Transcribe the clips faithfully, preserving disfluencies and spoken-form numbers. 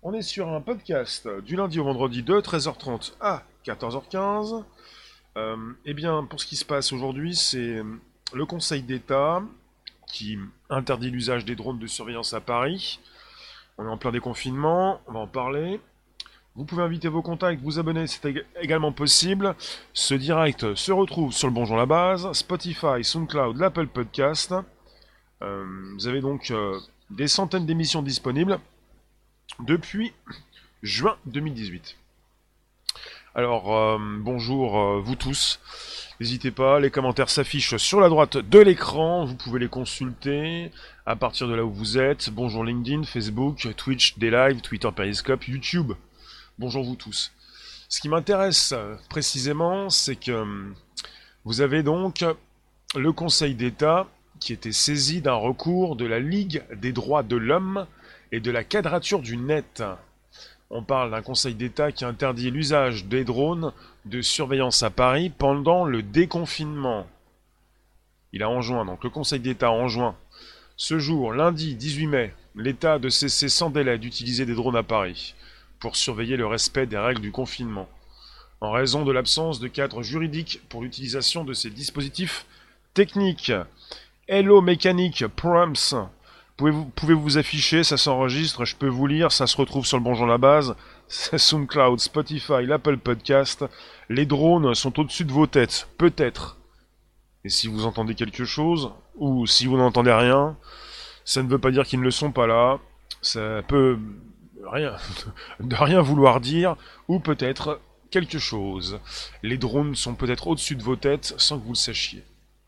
On est sur un podcast du lundi au vendredi de treize heures trente à quatorze heures quinze. Euh, eh bien, pour ce qui se passe aujourd'hui, c'est le Conseil d'État qui interdit l'usage des drones de surveillance à Paris. On est en plein déconfinement, on va en parler. Vous pouvez inviter vos contacts, vous abonner, c'est ég- également possible. Ce direct se retrouve sur le Bonjour la Base, Spotify, SoundCloud, l'Apple Podcast. Euh, vous avez donc euh, des centaines d'émissions disponibles depuis juin deux mille dix-huit. Alors, euh, bonjour euh, vous tous. N'hésitez pas, les commentaires s'affichent sur la droite de l'écran. Vous pouvez les consulter à partir de là où vous êtes. Bonjour LinkedIn, Facebook, Twitch, des lives, Twitter, Periscope, YouTube. Bonjour vous tous. Ce qui m'intéresse euh, précisément, c'est que euh, vous avez donc le Conseil d'État qui était saisi d'un recours de la Ligue des droits de l'homme et de la quadrature du net. On parle d'un Conseil d'État qui interdit l'usage des drones de surveillance à Paris pendant le déconfinement. Il a enjoint, donc le Conseil d'État a enjoint, ce jour, lundi dix-huit mai, l'État de cesser sans délai d'utiliser des drones à Paris pour surveiller le respect des règles du confinement, en raison de l'absence de cadre juridique pour l'utilisation de ces dispositifs techniques. Hello Mécanique Prompts. Pouvez-vous pouvez vous afficher, ça s'enregistre, je peux vous lire, ça se retrouve sur le Bonjour la Base, c'est SoundCloud, Spotify, l'Apple Podcast. Les drones sont au-dessus de vos têtes, peut-être. Et si vous entendez quelque chose, ou si vous n'entendez rien, ça ne veut pas dire qu'ils ne le sont pas là. Ça peut rien, de rien vouloir dire, ou peut-être quelque chose. Les drones sont peut-être au-dessus de vos têtes sans que vous le sachiez.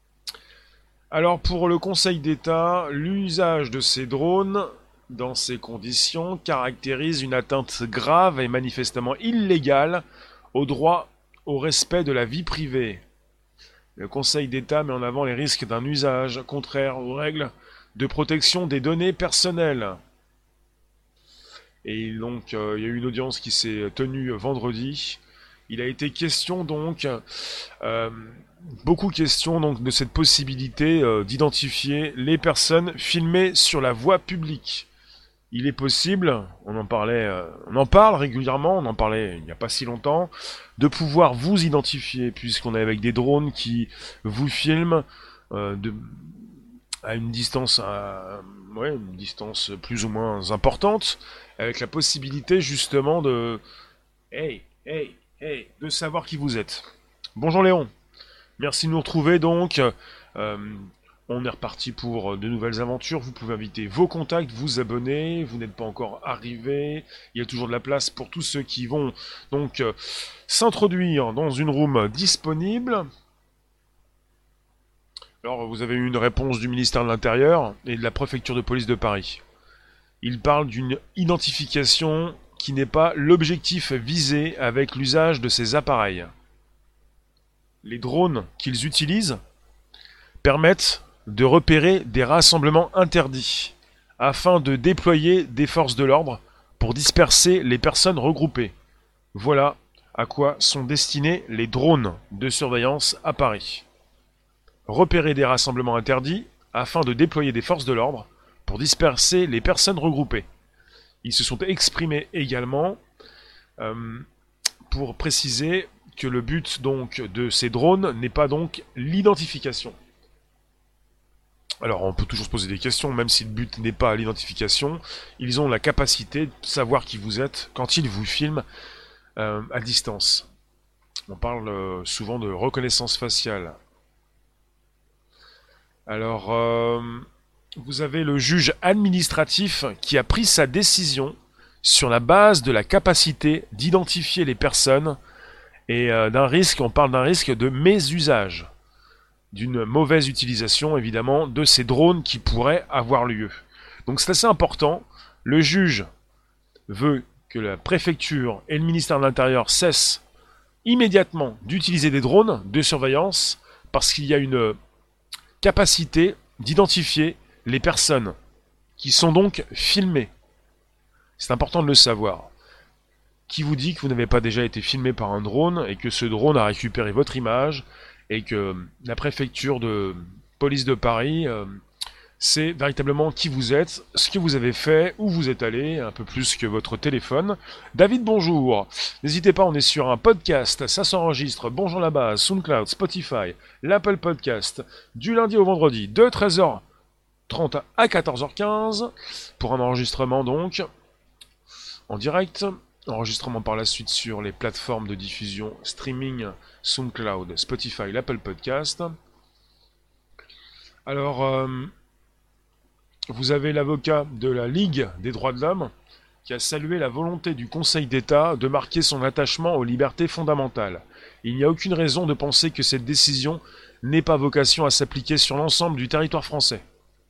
Alors pour le Conseil d'État, l'usage de ces drones dans ces conditions caractérise une atteinte grave et manifestement illégale au droit au respect de la vie privée. Le Conseil d'État met en avant les risques d'un usage contraire aux règles de protection des données personnelles. Et donc euh, il y a eu une audience qui s'est tenue vendredi. Il a été question donc, euh, beaucoup question donc de cette possibilité euh, d'identifier les personnes filmées sur la voie publique. Il est possible, on en parlait, euh, on en parle régulièrement, on en parlait il n'y a pas si longtemps, de pouvoir vous identifier puisqu'on est avec des drones qui vous filment euh, de, à une distance, à, ouais, une distance plus ou moins importante, avec la possibilité justement de, hey, hey. Hey, de savoir qui vous êtes. Bonjour Léon, merci de nous retrouver donc. Euh, on est reparti pour de nouvelles aventures. Vous pouvez inviter vos contacts, vous abonner. Vous n'êtes pas encore arrivé. Il y a toujours de la place pour tous ceux qui vont donc euh, s'introduire dans une room disponible. Alors vous avez eu une réponse du ministère de l'Intérieur et de la préfecture de police de Paris. Ils parlent d'une identification qui n'est pas l'objectif visé avec l'usage de ces appareils. Les drones qu'ils utilisent permettent de repérer des rassemblements interdits afin de déployer des forces de l'ordre pour disperser les personnes regroupées. Voilà à quoi sont destinés les drones de surveillance à Paris. Repérer des rassemblements interdits afin de déployer des forces de l'ordre pour disperser les personnes regroupées. Ils se sont exprimés également euh, pour préciser que le but donc de ces drones n'est pas donc l'identification. Alors on peut toujours se poser des questions, même si le but n'est pas l'identification, ils ont la capacité de savoir qui vous êtes quand ils vous filment euh, à distance. On parle euh, souvent de reconnaissance faciale. Alors... Euh, Vous avez le juge administratif qui a pris sa décision sur la base de la capacité d'identifier les personnes et euh, d'un risque, on parle d'un risque de mésusage, d'une mauvaise utilisation évidemment de ces drones qui pourraient avoir lieu. Donc c'est assez important, le juge veut que la préfecture et le ministère de l'Intérieur cessent immédiatement d'utiliser des drones de surveillance parce qu'il y a une capacité d'identifier les personnes qui sont donc filmées. C'est important de le savoir. Qui vous dit que vous n'avez pas déjà été filmé par un drone et que ce drone a récupéré votre image et que la préfecture de police de Paris euh, c'est véritablement qui vous êtes, ce que vous avez fait, où vous êtes allé, un peu plus que votre téléphone. David, bonjour. N'hésitez pas, on est sur un podcast, ça s'enregistre. Bonjour la base, SoundCloud, Spotify, l'Apple Podcast, du lundi au vendredi, de treize heures trente à quatorze heures quinze, pour un enregistrement donc, en direct. Enregistrement par la suite sur les plateformes de diffusion streaming, SoundCloud, Spotify, l'Apple Podcast. Alors... Euh, Vous avez l'avocat de la Ligue des droits de l'homme qui a salué la volonté du Conseil d'État de marquer son attachement aux libertés fondamentales. Il n'y a aucune raison de penser que cette décision n'ait pas vocation à s'appliquer sur l'ensemble du territoire français.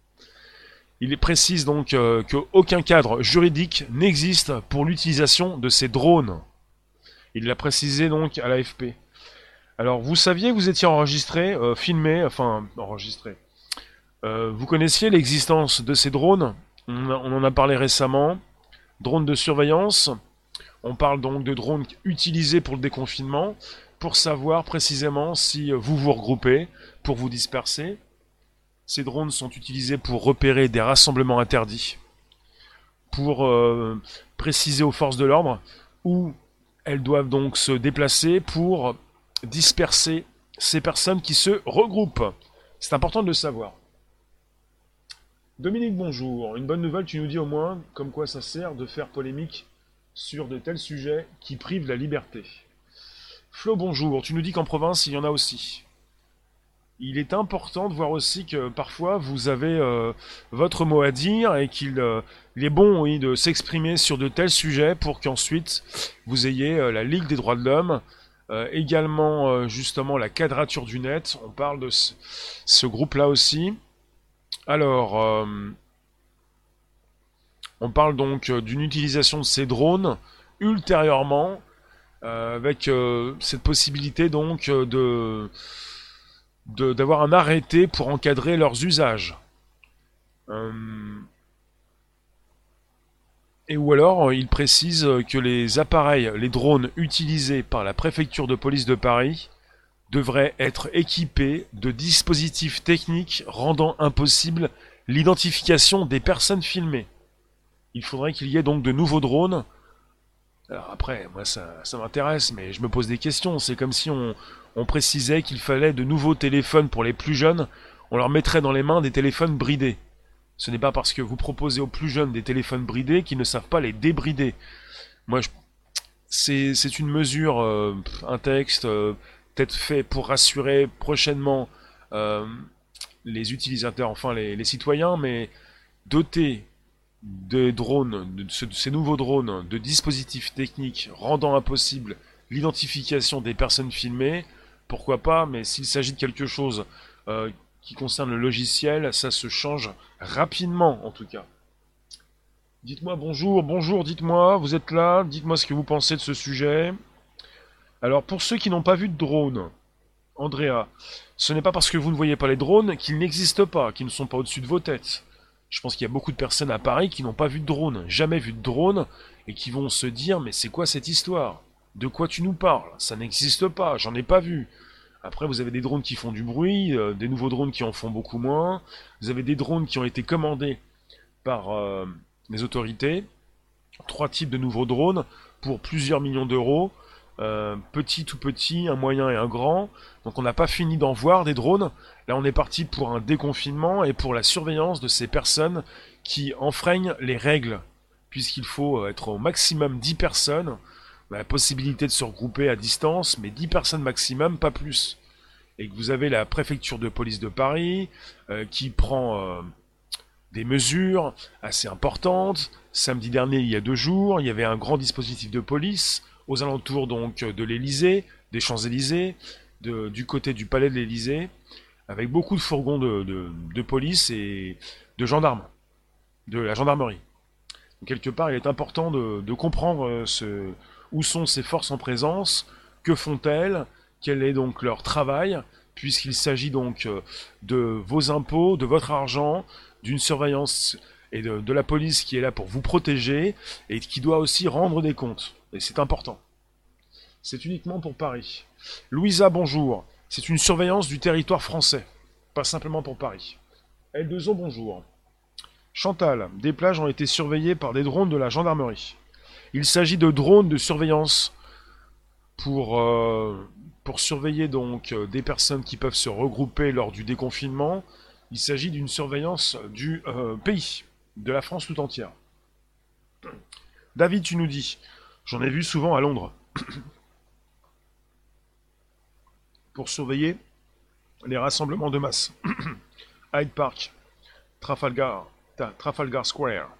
Il précise donc euh, qu'aucun cadre juridique n'existe pour l'utilisation de ces drones. Il l'a précisé donc à l'A F P. Alors vous saviez que vous étiez enregistré, euh, filmé, enfin enregistré. Euh, vous connaissiez l'existence de ces drones, on, a, on en a parlé récemment, drones de surveillance, on parle donc de drones utilisés pour le déconfinement, pour savoir précisément si vous vous regroupez, pour vous disperser. Ces drones sont utilisés pour repérer des rassemblements interdits, pour euh, préciser aux forces de l'ordre où elles doivent donc se déplacer pour disperser ces personnes qui se regroupent. C'est important de le savoir. Dominique, bonjour. Une bonne nouvelle, tu nous dis au moins comme quoi ça sert de faire polémique sur de tels sujets qui privent la liberté. Flo, bonjour. Tu nous dis qu'en province, il y en a aussi. Il est important de voir aussi que parfois vous avez euh, votre mot à dire et qu'il euh, il est bon oui, de s'exprimer sur de tels sujets pour qu'ensuite vous ayez euh, la Ligue des droits de l'homme, euh, également euh, justement la Quadrature du Net. On parle de ce, ce groupe-là aussi. Alors, euh, on parle donc euh, d'une utilisation de ces drones ultérieurement, euh, avec euh, cette possibilité donc euh, de, de d'avoir un arrêté pour encadrer leurs usages. Euh, et ou alors, il précise que les appareils, les drones utilisés par la préfecture de police de Paris devrait être équipé de dispositifs techniques rendant impossible l'identification des personnes filmées. Il faudrait qu'il y ait donc de nouveaux drones. Alors après, moi ça, ça m'intéresse, mais je me pose des questions. C'est comme si on, on précisait qu'il fallait de nouveaux téléphones pour les plus jeunes. On leur mettrait dans les mains des téléphones bridés. Ce n'est pas parce que vous proposez aux plus jeunes des téléphones bridés qu'ils ne savent pas les débrider. Moi, je... c'est, c'est une mesure, euh, un texte... Euh, peut-être fait pour rassurer prochainement euh, les utilisateurs, enfin les, les citoyens, mais doter des drones, de, ce, de ces nouveaux drones, de dispositifs techniques rendant impossible l'identification des personnes filmées, pourquoi pas, mais s'il s'agit de quelque chose euh, qui concerne le logiciel, ça se change rapidement en tout cas. Dites-moi bonjour, bonjour, dites-moi, vous êtes là, dites-moi ce que vous pensez de ce sujet. Alors pour ceux qui n'ont pas vu de drone, Andrea, ce n'est pas parce que vous ne voyez pas les drones qu'ils n'existent pas, qu'ils ne sont pas au-dessus de vos têtes. Je pense qu'il y a beaucoup de personnes à Paris qui n'ont pas vu de drone, jamais vu de drone, et qui vont se dire mais c'est quoi cette histoire? De quoi tu nous parles? Ça n'existe pas, j'en ai pas vu. Après vous avez des drones qui font du bruit, euh, des nouveaux drones qui en font beaucoup moins, vous avez des drones qui ont été commandés par euh, les autorités, trois types de nouveaux drones pour plusieurs millions d'euros. Euh, petit tout petit, un moyen et un grand. Donc on n'a pas fini d'en voir des drones. Là on est parti pour un déconfinement et pour la surveillance de ces personnes qui enfreignent les règles, puisqu'il faut être au maximum dix personnes. On a la possibilité de se regrouper à distance, mais dix personnes maximum, pas plus. Et que vous avez la préfecture de police de Paris euh, qui prend euh, des mesures assez importantes. Samedi dernier, il y a deux jours, il y avait un grand dispositif de police aux alentours donc de l'Élysée, des Champs-Élysées, de, du côté du palais de l'Élysée, avec beaucoup de fourgons de, de, de police et de gendarmes, de la gendarmerie. Donc, quelque part, il est important de, de comprendre ce, où sont ces forces en présence, que font-elles, quel est donc leur travail, puisqu'il s'agit donc de vos impôts, de votre argent, d'une surveillance et de, de la police qui est là pour vous protéger et qui doit aussi rendre des comptes. Et c'est important. C'est uniquement pour Paris. Louisa, bonjour. C'est une surveillance du territoire français, pas simplement pour Paris. L deux O, bonjour. Chantal, des plages ont été surveillées par des drones de la gendarmerie. Il s'agit de drones de surveillance pour, euh, pour surveiller donc euh, des personnes qui peuvent se regrouper lors du déconfinement. Il s'agit d'une surveillance du euh, pays, de la France tout entière. David, tu nous dis, j'en ai vu souvent à Londres, pour surveiller les rassemblements de masse. Hyde Park, Trafalgar, Trafalgar Square.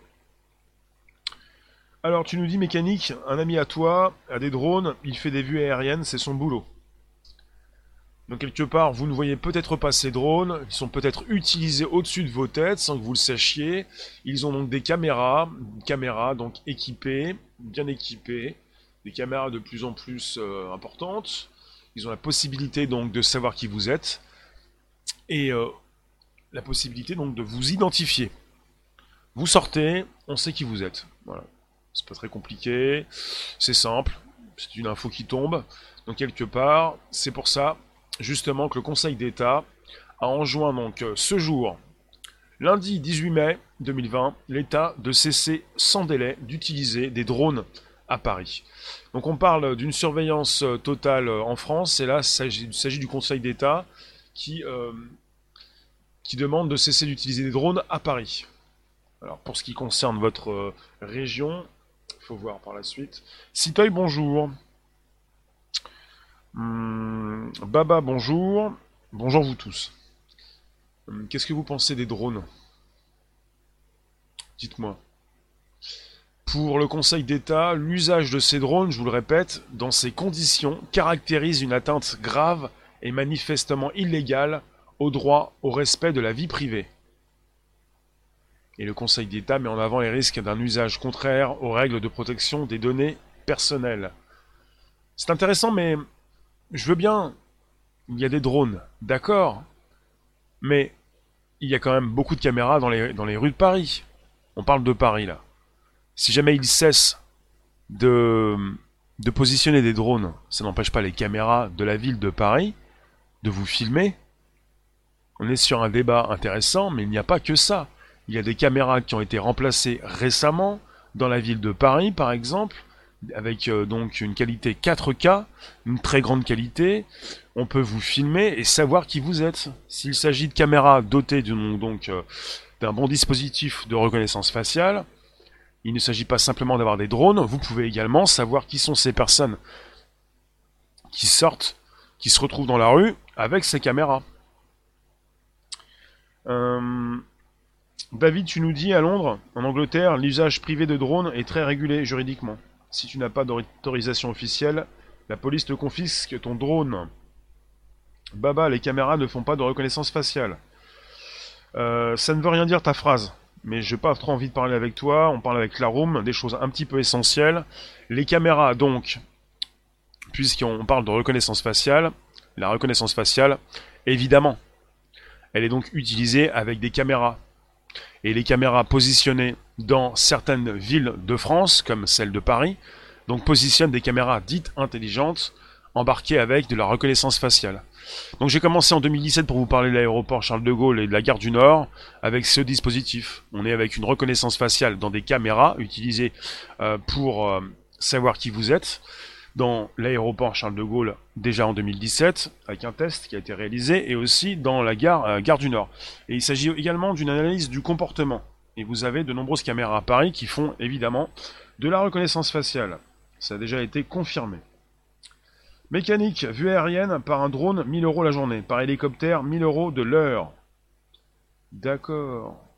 Alors tu nous dis mécanique, un ami à toi a des drones, il fait des vues aériennes, c'est son boulot. Donc quelque part, vous ne voyez peut-être pas ces drones, ils sont peut-être utilisés au-dessus de vos têtes sans que vous le sachiez. Ils ont donc des caméras, caméras donc équipées, bien équipées, des caméras de plus en plus euh, importantes. Ils ont la possibilité donc de savoir qui vous êtes et euh, la possibilité donc de vous identifier. Vous sortez, on sait qui vous êtes. Voilà. C'est pas très compliqué, c'est simple, c'est une info qui tombe. Donc quelque part, c'est pour ça justement que le Conseil d'État a enjoint donc ce jour, lundi dix-huit mai deux mille vingt, l'État de cesser sans délai d'utiliser des drones à Paris. Donc on parle d'une surveillance totale en France, et là il s'agit du Conseil d'État qui, euh, qui demande de cesser d'utiliser des drones à Paris. Alors pour ce qui concerne votre euh, région, il faut voir par la suite. Citoy, bonjour. Hum, Baba, bonjour. Bonjour vous tous. Hum, Qu'est-ce que vous pensez des drones? Dites-moi. Pour le Conseil d'État, l'usage de ces drones, je vous le répète, dans ces conditions, caractérise une atteinte grave et manifestement illégale au droit au respect de la vie privée. Et le Conseil d'État met en avant les risques d'un usage contraire aux règles de protection des données personnelles. C'est intéressant, mais je veux bien, il y a des drones, d'accord, mais il y a quand même beaucoup de caméras dans les, dans les rues de Paris. On parle de Paris, là. Si jamais ils cessent de, de positionner des drones, ça n'empêche pas les caméras de la ville de Paris de vous filmer. On est sur un débat intéressant, mais il n'y a pas que ça. Il y a des caméras qui ont été remplacées récemment, dans la ville de Paris par exemple, avec euh, donc une qualité quatre K, une très grande qualité. On peut vous filmer et savoir qui vous êtes. S'il s'agit de caméras dotées d'un donc, euh, d'un bon dispositif de reconnaissance faciale, il ne s'agit pas simplement d'avoir des drones, vous pouvez également savoir qui sont ces personnes qui sortent, qui se retrouvent dans la rue avec ces caméras. Euh... David, tu nous dis, à Londres, en Angleterre, l'usage privé de drones est très régulé juridiquement. Si tu n'as pas d'autorisation officielle, la police te confisque ton drone. Baba, les caméras ne font pas de reconnaissance faciale. Euh, ça ne veut rien dire ta phrase, mais j'ai pas trop envie de parler avec toi, on parle avec la room, des choses un petit peu essentielles. Les caméras, donc, puisqu'on parle de reconnaissance faciale, la reconnaissance faciale, évidemment, elle est donc utilisée avec des caméras. Et les caméras positionnées dans certaines villes de France, comme celle de Paris, donc positionnent des caméras dites intelligentes, embarquées avec de la reconnaissance faciale. Donc j'ai commencé en deux mille dix-sept pour vous parler de l'aéroport Charles de Gaulle et de la gare du Nord, avec ce dispositif. On est avec une reconnaissance faciale dans des caméras utilisées euh, pour euh, savoir qui vous êtes, dans l'aéroport Charles de Gaulle déjà en deux mille dix-sept, avec un test qui a été réalisé, et aussi dans la gare, euh, gare du Nord. Et il s'agit également d'une analyse du comportement. Et vous avez de nombreuses caméras à Paris qui font évidemment de la reconnaissance faciale. Ça a déjà été confirmé. Mécanique, vue aérienne par un drone, mille euros la journée. Par hélicoptère, mille euros de l'heure. D'accord.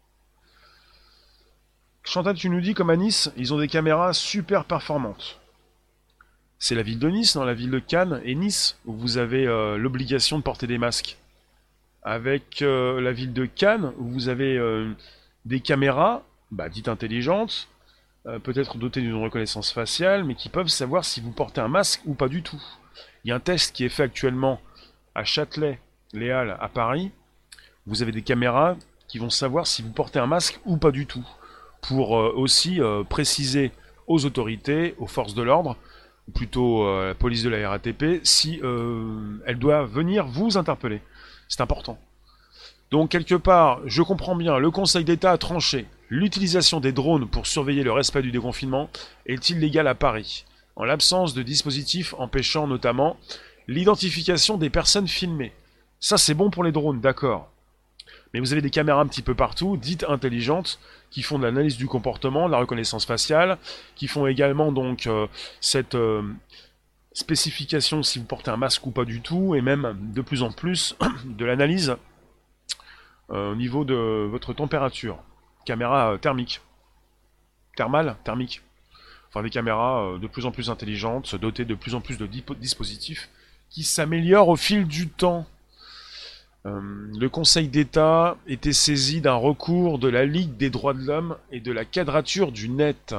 Chantal, tu nous dis, comme à Nice, ils ont des caméras super performantes. C'est la ville de Nice, non, la ville de Cannes et Nice, où vous avez euh, l'obligation de porter des masques. Avec euh, la ville de Cannes, où vous avez euh, des caméras, bah, dites intelligentes, euh, peut-être dotées d'une reconnaissance faciale, mais qui peuvent savoir si vous portez un masque ou pas du tout. Il y a un test qui est fait actuellement à Châtelet, les Halles, à Paris. Vous avez des caméras qui vont savoir si vous portez un masque ou pas du tout, pour euh, aussi euh, préciser aux autorités, aux forces de l'ordre, ou plutôt euh, la police de la R A T P, si euh, elle doit venir vous interpeller. C'est important. Donc quelque part, je comprends bien, le Conseil d'État a tranché. L'utilisation des drones pour surveiller le respect du déconfinement est illégale à Paris, en l'absence de dispositifs empêchant notamment l'identification des personnes filmées. Ça c'est bon pour les drones, d'accord. Mais vous avez des caméras un petit peu partout, dites intelligentes, qui font de l'analyse du comportement, de la reconnaissance faciale, qui font également donc euh, cette euh, spécification si vous portez un masque ou pas du tout, et même de plus en plus de l'analyse euh, au niveau de votre température. Caméra euh, thermique. Thermale, thermique. Enfin des caméras euh, de plus en plus intelligentes, dotées de plus en plus de dispositifs qui s'améliorent au fil du temps. Euh, le Conseil d'État était saisi d'un recours de la Ligue des droits de l'homme et de la Quadrature du Net.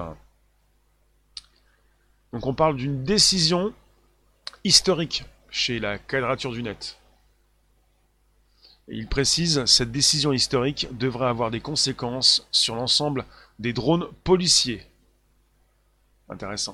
Donc on parle d'une décision historique chez la Quadrature du Net. Et il précise, cette décision historique devrait avoir des conséquences sur l'ensemble des drones policiers. Intéressant.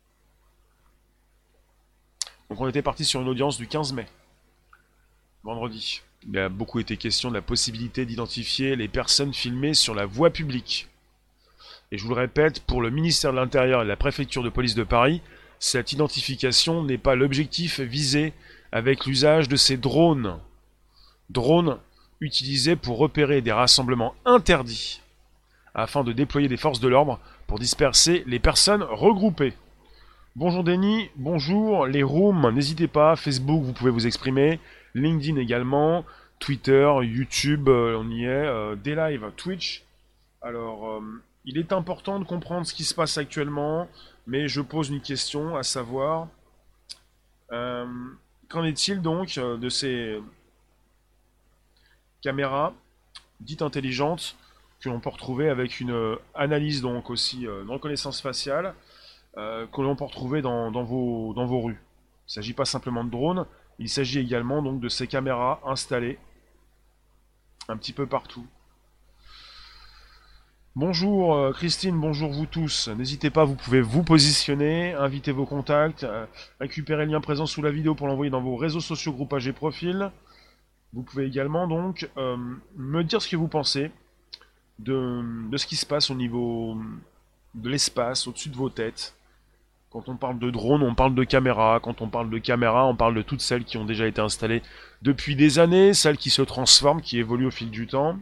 Donc on était parti sur une audience du quinze mai, vendredi. Il a beaucoup été question de la possibilité d'identifier les personnes filmées sur la voie publique. Et je vous le répète, pour le ministère de l'Intérieur et la préfecture de police de Paris, cette identification n'est pas l'objectif visé avec l'usage de ces drones. Drones utilisés pour repérer des rassemblements interdits, afin de déployer des forces de l'ordre pour disperser les personnes regroupées. Bonjour Denis, bonjour les rooms, n'hésitez pas, Facebook vous pouvez vous exprimer, LinkedIn également, Twitter, YouTube, euh, on y est, euh, des lives, Twitch. Alors, euh, il est important de comprendre ce qui se passe actuellement, mais je pose une question, à savoir, euh, qu'en est-il donc euh, de ces caméras dites intelligentes que l'on peut retrouver avec une euh, analyse donc aussi euh, de reconnaissance faciale euh, que l'on peut retrouver dans, dans, vos, dans vos rues. Il ne s'agit pas simplement de drones, il s'agit également donc de ces caméras installées un petit peu partout. Bonjour euh, Christine, bonjour vous tous. N'hésitez pas, vous pouvez vous positionner, inviter vos contacts, euh, récupérer le lien présent sous la vidéo pour l'envoyer dans vos réseaux sociaux, groupages et profils. Vous pouvez également donc euh, me dire ce que vous pensez de, de ce qui se passe au niveau de l'espace, au-dessus de vos têtes. Quand on parle de drones, on parle de caméras. Quand on parle de caméras, on parle de toutes celles qui ont déjà été installées depuis des années, celles qui se transforment, qui évoluent au fil du temps.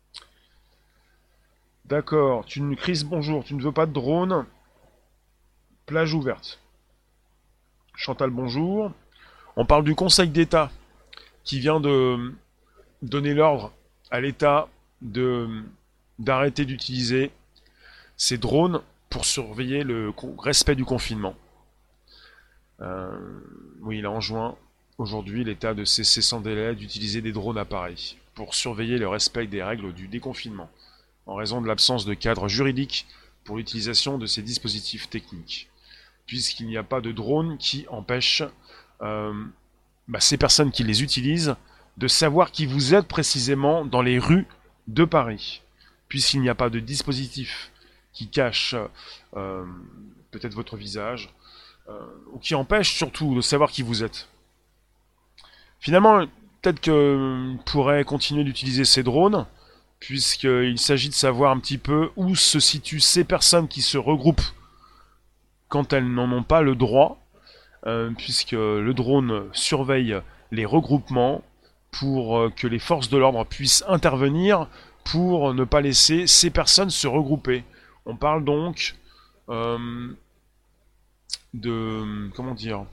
D'accord, tu ne Chris, bonjour, tu ne veux pas de drone? Plage ouverte. Chantal, bonjour. On parle du Conseil d'État qui vient de donner l'ordre à l'État de d'arrêter d'utiliser ces drones pour surveiller le respect du confinement. Euh, oui, il a enjoint aujourd'hui l'État de cesser sans délai d'utiliser des drones à Paris pour surveiller le respect des règles du déconfinement, en raison de l'absence de cadre juridique pour l'utilisation de ces dispositifs techniques, puisqu'il n'y a pas de drone qui empêche euh, bah, ces personnes qui les utilisent de savoir qui vous êtes précisément dans les rues de Paris, puisqu'il n'y a pas de dispositif qui cache euh, peut-être votre visage, euh, ou qui empêche surtout de savoir qui vous êtes. Finalement, peut-être qu'on pourrait continuer d'utiliser ces drones, puisqu'il s'agit de savoir un petit peu où se situent ces personnes qui se regroupent quand elles n'en ont pas le droit, euh, puisque le drone surveille les regroupements pour que les forces de l'ordre puissent intervenir pour ne pas laisser ces personnes se regrouper. On parle donc euh, de... comment dire?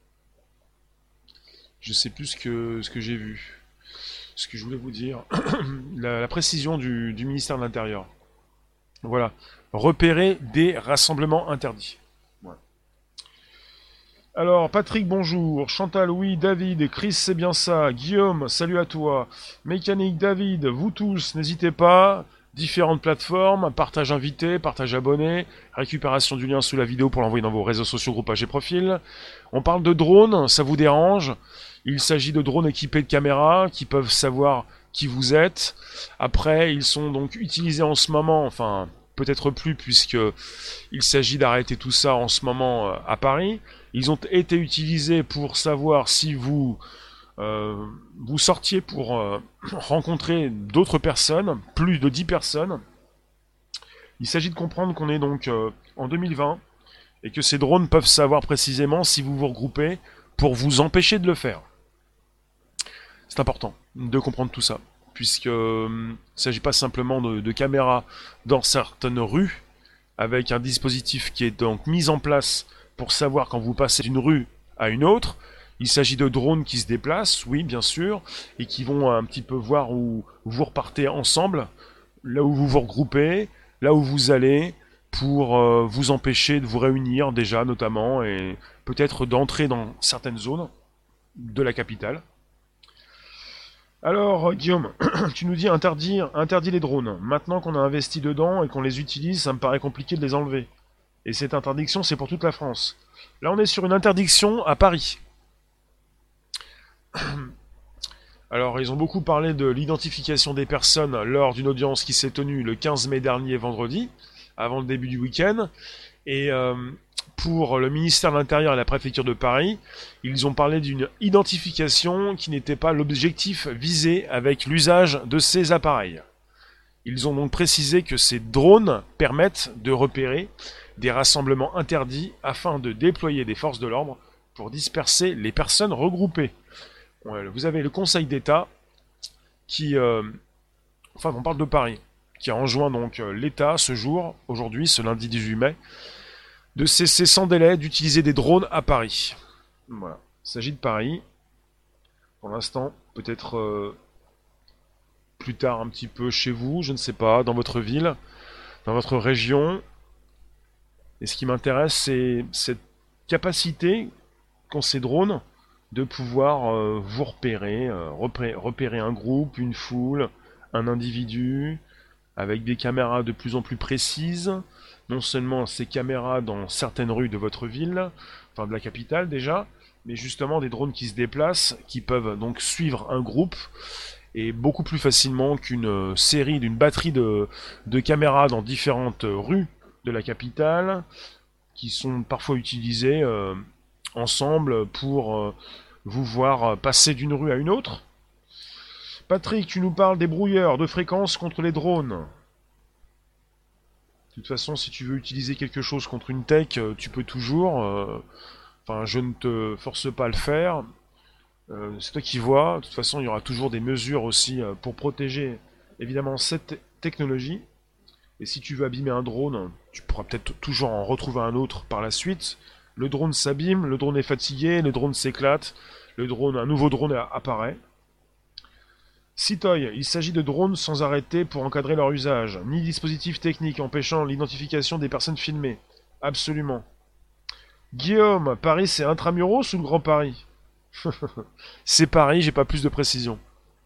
Je sais plus ce que, ce que j'ai vu. Ce que je voulais vous dire. la, la précision du, du ministère de l'Intérieur. Voilà. Repérer des rassemblements interdits. Voilà. Alors, Patrick, bonjour. Chantal, oui. David, Chris, c'est bien ça. Guillaume, salut à toi. Mécanique, David, vous tous, n'hésitez pas. Différentes plateformes, partage invité, partage abonné, récupération du lien sous la vidéo pour l'envoyer dans vos réseaux sociaux, groupages et profils. On parle de drones, ça vous dérange? Il s'agit de drones équipés de caméras qui peuvent savoir qui vous êtes. Après, ils sont donc utilisés en ce moment, enfin peut-être plus puisque il s'agit d'arrêter tout ça en ce moment à Paris. Ils ont été utilisés pour savoir si vous euh, vous sortiez pour euh, rencontrer d'autres personnes, plus de dix personnes. Il s'agit de comprendre qu'on est donc euh, en deux mille vingt et que ces drones peuvent savoir précisément si vous vous regroupez pour vous empêcher de le faire. C'est important de comprendre tout ça, puisque euh, il ne s'agit pas simplement de, de caméras dans certaines rues, avec un dispositif qui est donc mis en place pour savoir quand vous passez d'une rue à une autre. Il s'agit de drones qui se déplacent, oui bien sûr, et qui vont un petit peu voir où vous repartez ensemble, là où vous vous regroupez, là où vous allez, pour euh, vous empêcher de vous réunir déjà notamment, et peut-être d'entrer dans certaines zones de la capitale. Alors, Guillaume, tu nous dis interdire, interdit les drones. Maintenant qu'on a investi dedans et qu'on les utilise, ça me paraît compliqué de les enlever. Et cette interdiction, c'est pour toute la France. Là, on est sur une interdiction à Paris. Alors, ils ont beaucoup parlé de l'identification des personnes lors d'une audience qui s'est tenue le quinze mai dernier, vendredi, avant le début du week-end. Et euh, pour le ministère de l'Intérieur et la préfecture de Paris, ils ont parlé d'une identification qui n'était pas l'objectif visé avec l'usage de ces appareils. Ils ont donc précisé que ces drones permettent de repérer des rassemblements interdits afin de déployer des forces de l'ordre pour disperser les personnes regroupées. Vous avez le Conseil d'État qui... Euh, enfin, on parle de Paris, qui a enjoint donc l'État ce jour, aujourd'hui, ce lundi dix-huit mai, de cesser sans délai d'utiliser des drones à Paris. Voilà, il s'agit de Paris. Pour l'instant, peut-être euh, plus tard un petit peu chez vous, je ne sais pas, dans votre ville, dans votre région. Et ce qui m'intéresse, c'est cette capacité qu'ont ces drones de pouvoir euh, vous repérer, euh, repérer, repérer un groupe, une foule, un individu, avec des caméras de plus en plus précises. Non seulement ces caméras dans certaines rues de votre ville, enfin de la capitale déjà, mais justement des drones qui se déplacent, qui peuvent donc suivre un groupe, et beaucoup plus facilement qu'une série, d'une batterie de, de caméras dans différentes rues de la capitale, qui sont parfois utilisées euh, ensemble pour euh, vous voir passer d'une rue à une autre. Patrick, tu nous parles des brouilleurs de fréquences contre les drones. De toute façon, si tu veux utiliser quelque chose contre une tech, tu peux toujours. Euh, enfin, je ne te force pas à le faire. Euh, c'est toi qui vois. De toute façon, il y aura toujours des mesures aussi euh, pour protéger, évidemment, cette technologie. Et si tu veux abîmer un drone, tu pourras peut-être toujours en retrouver un autre par la suite. Le drone s'abîme, le drone est fatigué, le drone s'éclate, le drone, un nouveau drone apparaît. Citoy, il s'agit de drones sans arrêter pour encadrer leur usage, ni dispositif technique empêchant l'identification des personnes filmées. Absolument. Guillaume, Paris c'est Intramuros ou le Grand Paris? C'est Paris, j'ai pas plus de précision.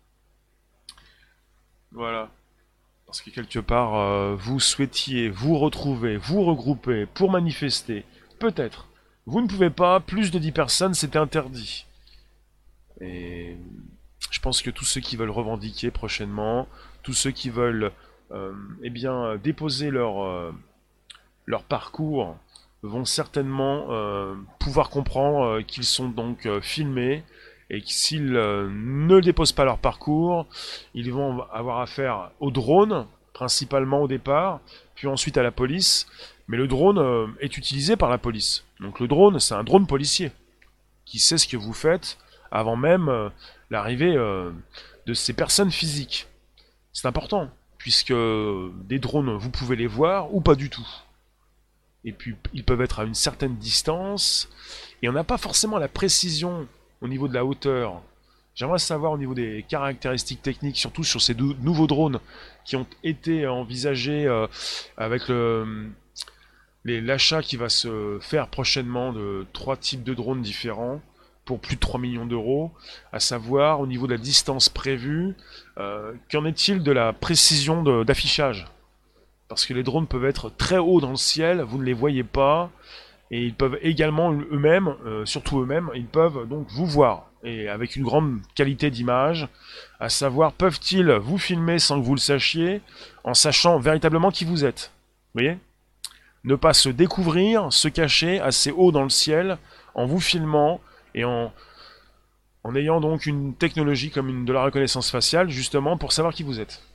Voilà. Parce que quelque part, euh, vous souhaitiez vous retrouver, vous regrouper pour manifester. Peut-être. Vous ne pouvez pas, plus de dix personnes, c'était interdit. Et... je pense que tous ceux qui veulent revendiquer prochainement, tous ceux qui veulent euh, eh bien, déposer leur, euh, leur parcours vont certainement euh, pouvoir comprendre euh, qu'ils sont donc euh, filmés et que s'ils euh, ne déposent pas leur parcours, ils vont avoir affaire au drone, principalement au départ, puis ensuite à la police. Mais le drone euh, est utilisé par la police. Donc le drone, c'est un drone policier qui sait ce que vous faites avant même euh, l'arrivée euh, de ces personnes physiques. C'est important, puisque des drones, vous pouvez les voir ou pas du tout. Et puis, ils peuvent être à une certaine distance, et on n'a pas forcément la précision au niveau de la hauteur. J'aimerais savoir au niveau des caractéristiques techniques, surtout sur ces nouveaux drones qui ont été envisagés euh, avec le... l'achat qui va se faire prochainement de trois types de drones différents pour plus de trois millions d'euros, à savoir au niveau de la distance prévue, euh, qu'en est-il de la précision d'affichage? Parce que les drones peuvent être très hauts dans le ciel, vous ne les voyez pas, et ils peuvent également eux-mêmes, euh, surtout eux-mêmes, ils peuvent donc vous voir, et avec une grande qualité d'image, à savoir, peuvent-ils vous filmer sans que vous le sachiez, en sachant véritablement qui vous êtes? Vous voyez? Ne pas se découvrir, se cacher assez haut dans le ciel, en vous filmant, et en en ayant donc une technologie comme une, de la reconnaissance faciale, justement pour savoir qui vous êtes.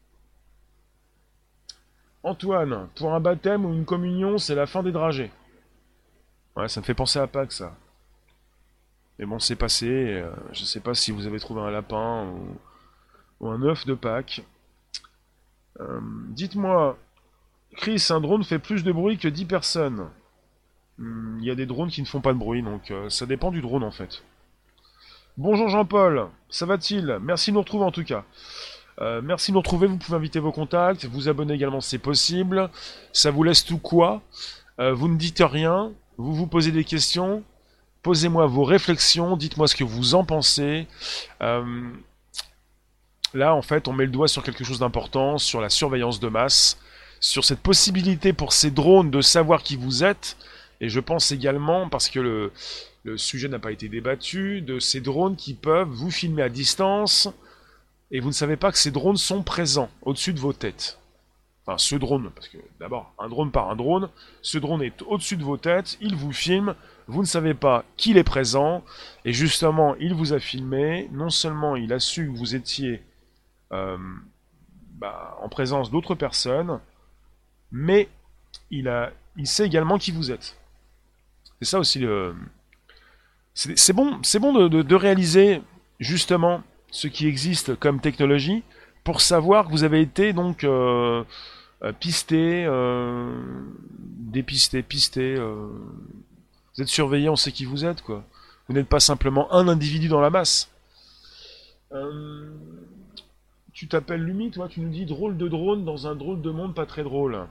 Antoine, pour un baptême ou une communion, c'est la fin des dragées. Ouais, ça me fait penser à Pâques, ça. Mais bon, c'est passé. Euh, je sais pas si vous avez trouvé un lapin ou, ou un œuf de Pâques. Euh, Dites-moi, Chris, un drone fait plus de bruit que dix personnes. Hmm, Il y a des drones qui ne font pas de bruit, donc euh, ça dépend du drone en fait. Bonjour Jean-Paul, ça va-t-il? Merci de nous retrouver en tout cas. Euh, merci de nous retrouver, vous pouvez inviter vos contacts, vous abonner également si c'est possible. Ça vous laisse tout quoi? Euh, Vous ne dites rien, vous vous posez des questions, posez-moi vos réflexions, dites-moi ce que vous en pensez. Euh, Là, en fait, on met le doigt sur quelque chose d'important, sur la surveillance de masse, sur cette possibilité pour ces drones de savoir qui vous êtes. Et je pense également, parce que le, le sujet n'a pas été débattu, de ces drones qui peuvent vous filmer à distance et vous ne savez pas que ces drones sont présents au-dessus de vos têtes. Enfin, ce drone, parce que d'abord, un drone par un drone, ce drone est au-dessus de vos têtes, il vous filme, vous ne savez pas qu'il est présent, et justement, il vous a filmé, non seulement il a su que vous étiez euh, bah, en présence d'autres personnes, mais il, a, il sait également qui vous êtes. C'est ça aussi le. C'est c'est bon, c'est bon de, de- de réaliser justement ce qui existe comme technologie pour savoir que vous avez été donc euh, euh, pisté, euh, dépisté, pisté. euh, vous êtes surveillé, on sait qui vous êtes, quoi. Vous n'êtes pas simplement un individu dans la masse. Euh, Tu t'appelles Lumi, toi, tu nous dis drôle de drone dans un drôle de monde pas très drôle.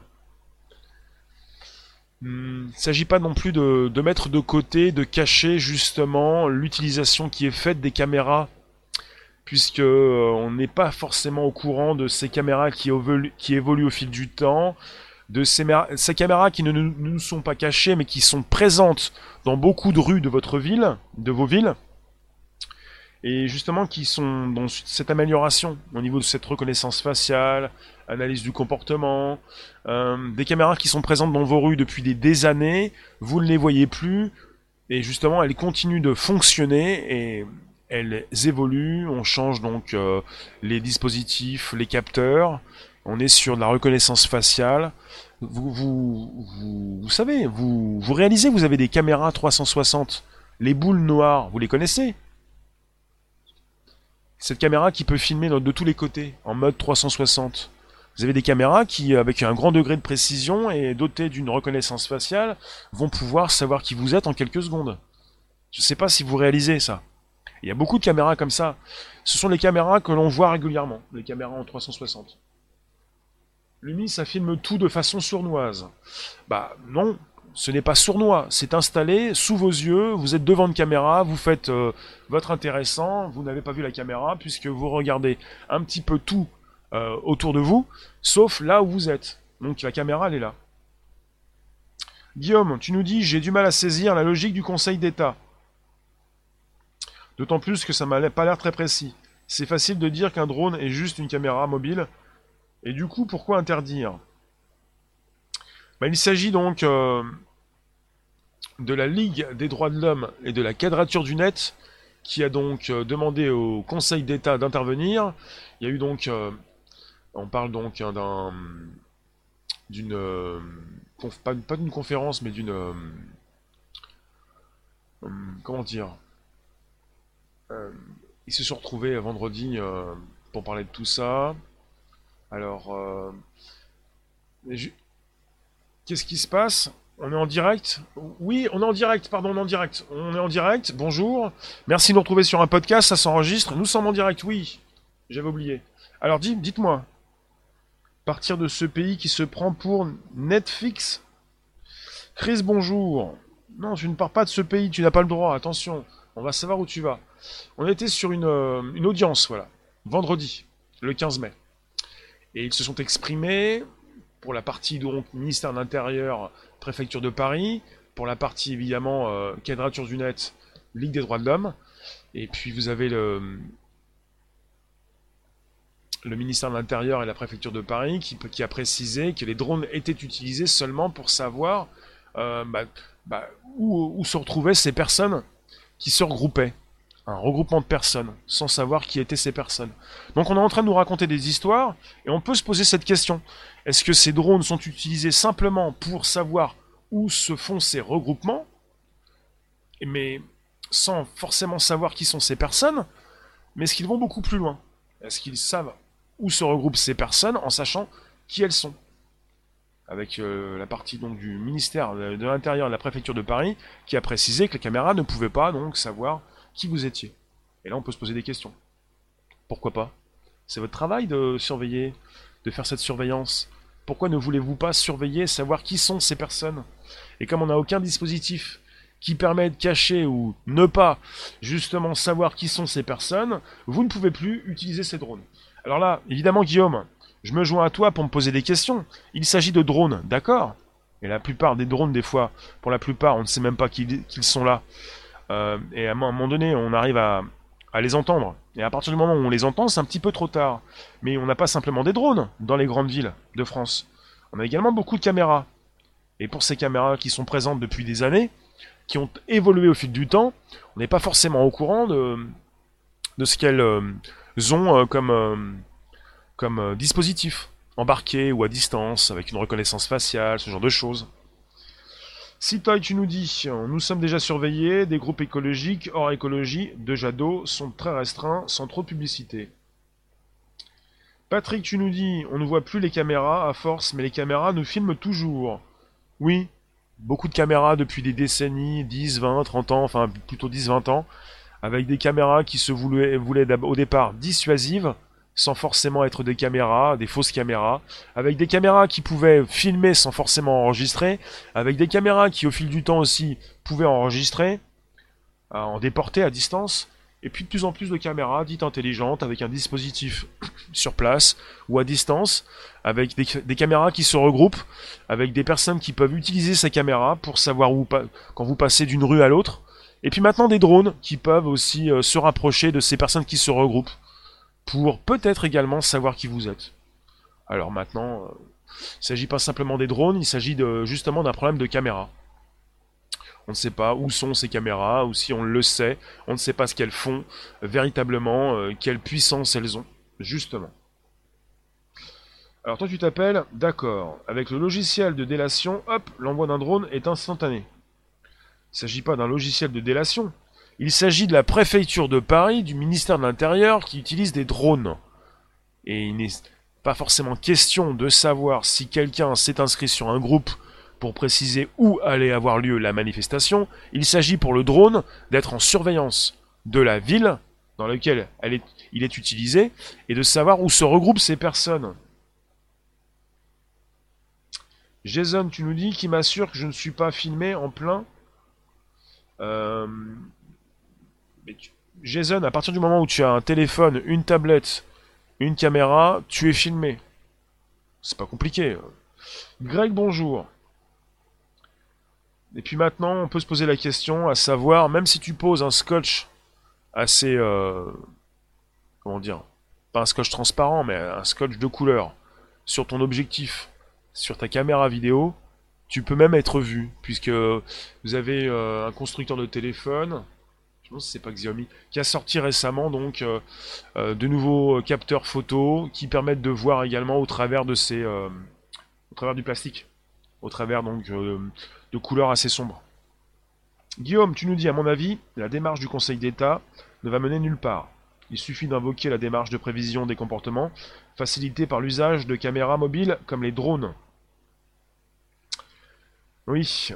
Hmm, Il ne s'agit pas non plus de, de mettre de côté, de cacher justement l'utilisation qui est faite des caméras, puisque euh, on n'est pas forcément au courant de ces caméras qui, évoluent, qui évoluent au fil du temps, de ces, ces caméras qui ne nous, ne nous sont pas cachées, mais qui sont présentes dans beaucoup de rues de votre ville, de vos villes, et justement qui sont dans cette amélioration au niveau de cette reconnaissance faciale, analyse du comportement, euh, des caméras qui sont présentes dans vos rues depuis des, des années, vous ne les voyez plus, et justement elles continuent de fonctionner et elles évoluent, on change donc euh, les dispositifs, les capteurs, on est sur de la reconnaissance faciale. Vous, vous, vous, vous savez, vous, vous réalisez, vous avez des caméras trois cent soixante, les boules noires, vous les connaissez? Cette caméra qui peut filmer de tous les côtés, en mode trois cent soixante. Vous avez des caméras qui, avec un grand degré de précision et dotées d'une reconnaissance faciale, vont pouvoir savoir qui vous êtes en quelques secondes. Je ne sais pas si vous réalisez ça. Il y a beaucoup de caméras comme ça. Ce sont les caméras que l'on voit régulièrement, les caméras en trois cent soixante. Lumi, ça filme tout de façon sournoise. Bah non, ce n'est pas sournois, c'est installé sous vos yeux, vous êtes devant une caméra, vous faites euh, votre intéressant, vous n'avez pas vu la caméra puisque vous regardez un petit peu tout euh, autour de vous, sauf là où vous êtes. Donc la caméra, elle est là. Guillaume, tu nous dis, j'ai du mal à saisir la logique du Conseil d'État. D'autant plus que ça m'a pas l'air très précis. C'est facile de dire qu'un drone est juste une caméra mobile, et du coup, pourquoi interdire? Bah, il s'agit donc euh, de la Ligue des droits de l'homme et de la Quadrature du Net, qui a donc euh, demandé au Conseil d'État d'intervenir. Il y a eu donc, euh, on parle donc hein, d'un, d'une, euh, conf- pas, pas d'une conférence, mais d'une, euh, hum, comment dire, euh, ils se sont retrouvés vendredi euh, pour parler de tout ça. Alors, euh, je- qu'est-ce qui se passe? On est en direct? Oui, on est en direct, pardon, on est en direct. On est en direct, bonjour. Merci de nous retrouver sur un podcast, ça s'enregistre. Nous sommes en direct, oui. J'avais oublié. Alors dites, dites-moi, partir de ce pays qui se prend pour Netflix? Chris, bonjour. Non, tu ne pars pas de ce pays, tu n'as pas le droit, attention. On va savoir où tu vas. On était sur une, euh, une audience, voilà, vendredi, le quinze mai. Et ils se sont exprimés pour la partie donc ministère de l'Intérieur, préfecture de Paris, pour la partie évidemment euh, Quadrature du Net, Ligue des droits de l'homme, et puis vous avez le, le ministère de l'Intérieur et la préfecture de Paris qui, qui a précisé que les drones étaient utilisés seulement pour savoir euh, bah, bah, où, où se retrouvaient ces personnes qui se regroupaient. un regroupement de personnes, sans savoir qui étaient ces personnes. Donc on est en train de nous raconter des histoires, et on peut se poser cette question. Est-ce que ces drones sont utilisés simplement pour savoir où se font ces regroupements, mais sans forcément savoir qui sont ces personnes, mais est-ce qu'ils vont beaucoup plus loin? Est-ce qu'ils savent où se regroupent ces personnes en sachant qui elles sont? Avec euh, la partie donc du ministère de, de l'Intérieur et de la préfecture de Paris qui a précisé que les caméras ne pouvaient pas donc savoir qui vous étiez. Et là on peut se poser des questions. Pourquoi pas? C'est votre travail de surveiller, de faire cette surveillance. Pourquoi ne voulez-vous pas surveiller, savoir qui sont ces personnes? Et comme on n'a aucun dispositif qui permet de cacher ou ne pas justement savoir qui sont ces personnes, vous ne pouvez plus utiliser ces drones. Alors là, évidemment Guillaume, je me joins à toi pour me poser des questions. Il s'agit de drones, d'accord? Et la plupart des drones, des fois, pour la plupart, on ne sait même pas qu'ils qu'ils sont là. Euh, et à un moment donné, on arrive à, à les entendre. Et à partir du moment où on les entend, c'est un petit peu trop tard. Mais on n'a pas simplement des drones dans les grandes villes de France. On a également beaucoup de caméras. Et pour ces caméras qui sont présentes depuis des années, qui ont évolué au fil du temps, on n'est pas forcément au courant de, de ce qu'elles euh, ont euh, comme, euh, comme euh, dispositif, embarqué ou à distance, avec une reconnaissance faciale, ce genre de choses. Si Toy, tu nous dis, nous sommes déjà surveillés, des groupes écologiques hors écologie de Jadot sont très restreints, sans trop de publicité. Patrick, tu nous dis, on ne voit plus les caméras à force, mais les caméras nous filment toujours. Oui, beaucoup de caméras depuis des décennies, dix, vingt, trente ans, enfin plutôt dix, vingt ans, avec des caméras qui se voulaient, voulaient au départ dissuasives, sans forcément être des caméras, des fausses caméras, avec des caméras qui pouvaient filmer sans forcément enregistrer, avec des caméras qui au fil du temps aussi pouvaient enregistrer, en déporter à distance, et puis de plus en plus de caméras dites intelligentes avec un dispositif sur place ou à distance, avec des, des caméras qui se regroupent, avec des personnes qui peuvent utiliser ces caméras pour savoir où quand vous passez d'une rue à l'autre, et puis maintenant des drones qui peuvent aussi euh, se rapprocher de ces personnes qui se regroupent, pour peut-être également savoir qui vous êtes. Alors maintenant, euh, il ne s'agit pas simplement des drones, il s'agit de, justement d'un problème de caméra. On ne sait pas où sont ces caméras, ou si on le sait, on ne sait pas ce qu'elles font euh, véritablement, euh, quelle puissance elles ont, justement. Alors toi tu t'appelles, d'accord, avec le logiciel de délation, hop, l'envoi d'un drone est instantané. Il ne s'agit pas d'un logiciel de délation, il s'agit de la préfecture de Paris, du ministère de l'Intérieur, qui utilise des drones. Et il n'est pas forcément question de savoir si quelqu'un s'est inscrit sur un groupe pour préciser où allait avoir lieu la manifestation. Il s'agit pour le drone d'être en surveillance de la ville dans laquelle elle est, il est utilisé et de savoir où se regroupent ces personnes. Jason, tu nous dis qui m'assure que je ne suis pas filmé en plein... Euh... Mais tu... Jason, à partir du moment où tu as un téléphone, une tablette, une caméra, tu es filmé. C'est pas compliqué. Greg, bonjour. Et puis maintenant, on peut se poser la question, à savoir, même si tu poses un scotch assez... Euh... Comment dire? Pas un scotch transparent, mais un scotch de couleur sur ton objectif, sur ta caméra vidéo, tu peux même être vu, puisque vous avez euh, un constructeur de téléphone... Je pense que c'est pas Xiaomi, qui a sorti récemment donc euh, euh, de nouveaux capteurs photo qui permettent de voir également au travers de ces, euh, au travers du plastique, au travers donc euh, de couleurs assez sombres. Guillaume, tu nous dis, à mon avis, la démarche du Conseil d'État ne va mener nulle part. Il suffit d'invoquer la démarche de prévision des comportements, facilitée par l'usage de caméras mobiles comme les drones. Oui.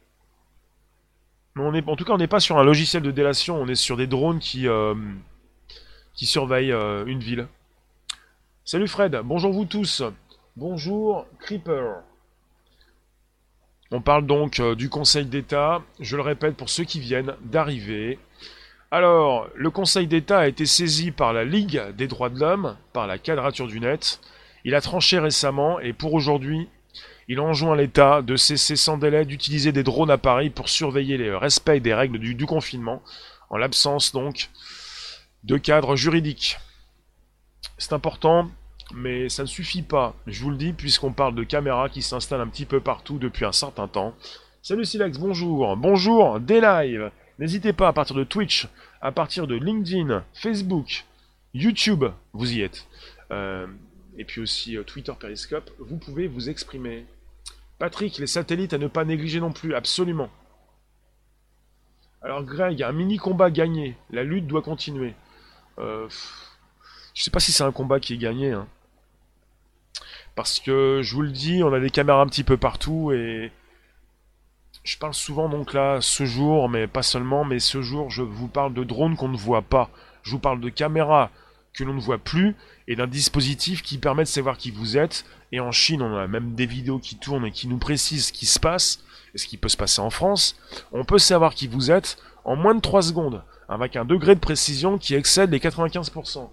On est, en tout cas, on n'est pas sur un logiciel de délation, on est sur des drones qui, euh, qui surveillent euh, une ville. Salut Fred, bonjour vous tous. Bonjour Creeper. On parle donc euh, du Conseil d'État, je le répète pour ceux qui viennent d'arriver. Alors, le Conseil d'État a été saisi par la Ligue des droits de l'homme, par la Quadrature du Net. Il a tranché récemment et pour aujourd'hui... Il enjoint l'État de cesser sans délai d'utiliser des drones à Paris pour surveiller le respect des règles du, du confinement, en l'absence donc de cadre juridique. C'est important, mais ça ne suffit pas, je vous le dis, puisqu'on parle de caméras qui s'installent un petit peu partout depuis un certain temps. Salut Silex, bonjour. Bonjour, des lives. N'hésitez pas à partir de Twitch, à partir de LinkedIn, Facebook, YouTube, vous y êtes. Euh, et puis aussi euh, Twitter, Periscope, vous pouvez vous exprimer. Patrick, les satellites à ne pas négliger non plus, absolument. Alors Greg, un mini combat gagné, la lutte doit continuer. Euh, je sais pas si c'est un combat qui est gagné, hein. Parce que, je vous le dis, on a des caméras un petit peu partout et... Je parle souvent donc là, ce jour, mais pas seulement, mais ce jour, je vous parle de drones qu'on ne voit pas. Je vous parle de caméras que l'on ne voit plus et d'un dispositif qui permet de savoir qui vous êtes. Et en Chine, on a même des vidéos qui tournent et qui nous précisent ce qui se passe et ce qui peut se passer en France. On peut savoir qui vous êtes en moins de trois secondes, avec un degré de précision qui excède les quatre-vingt-quinze pour cent.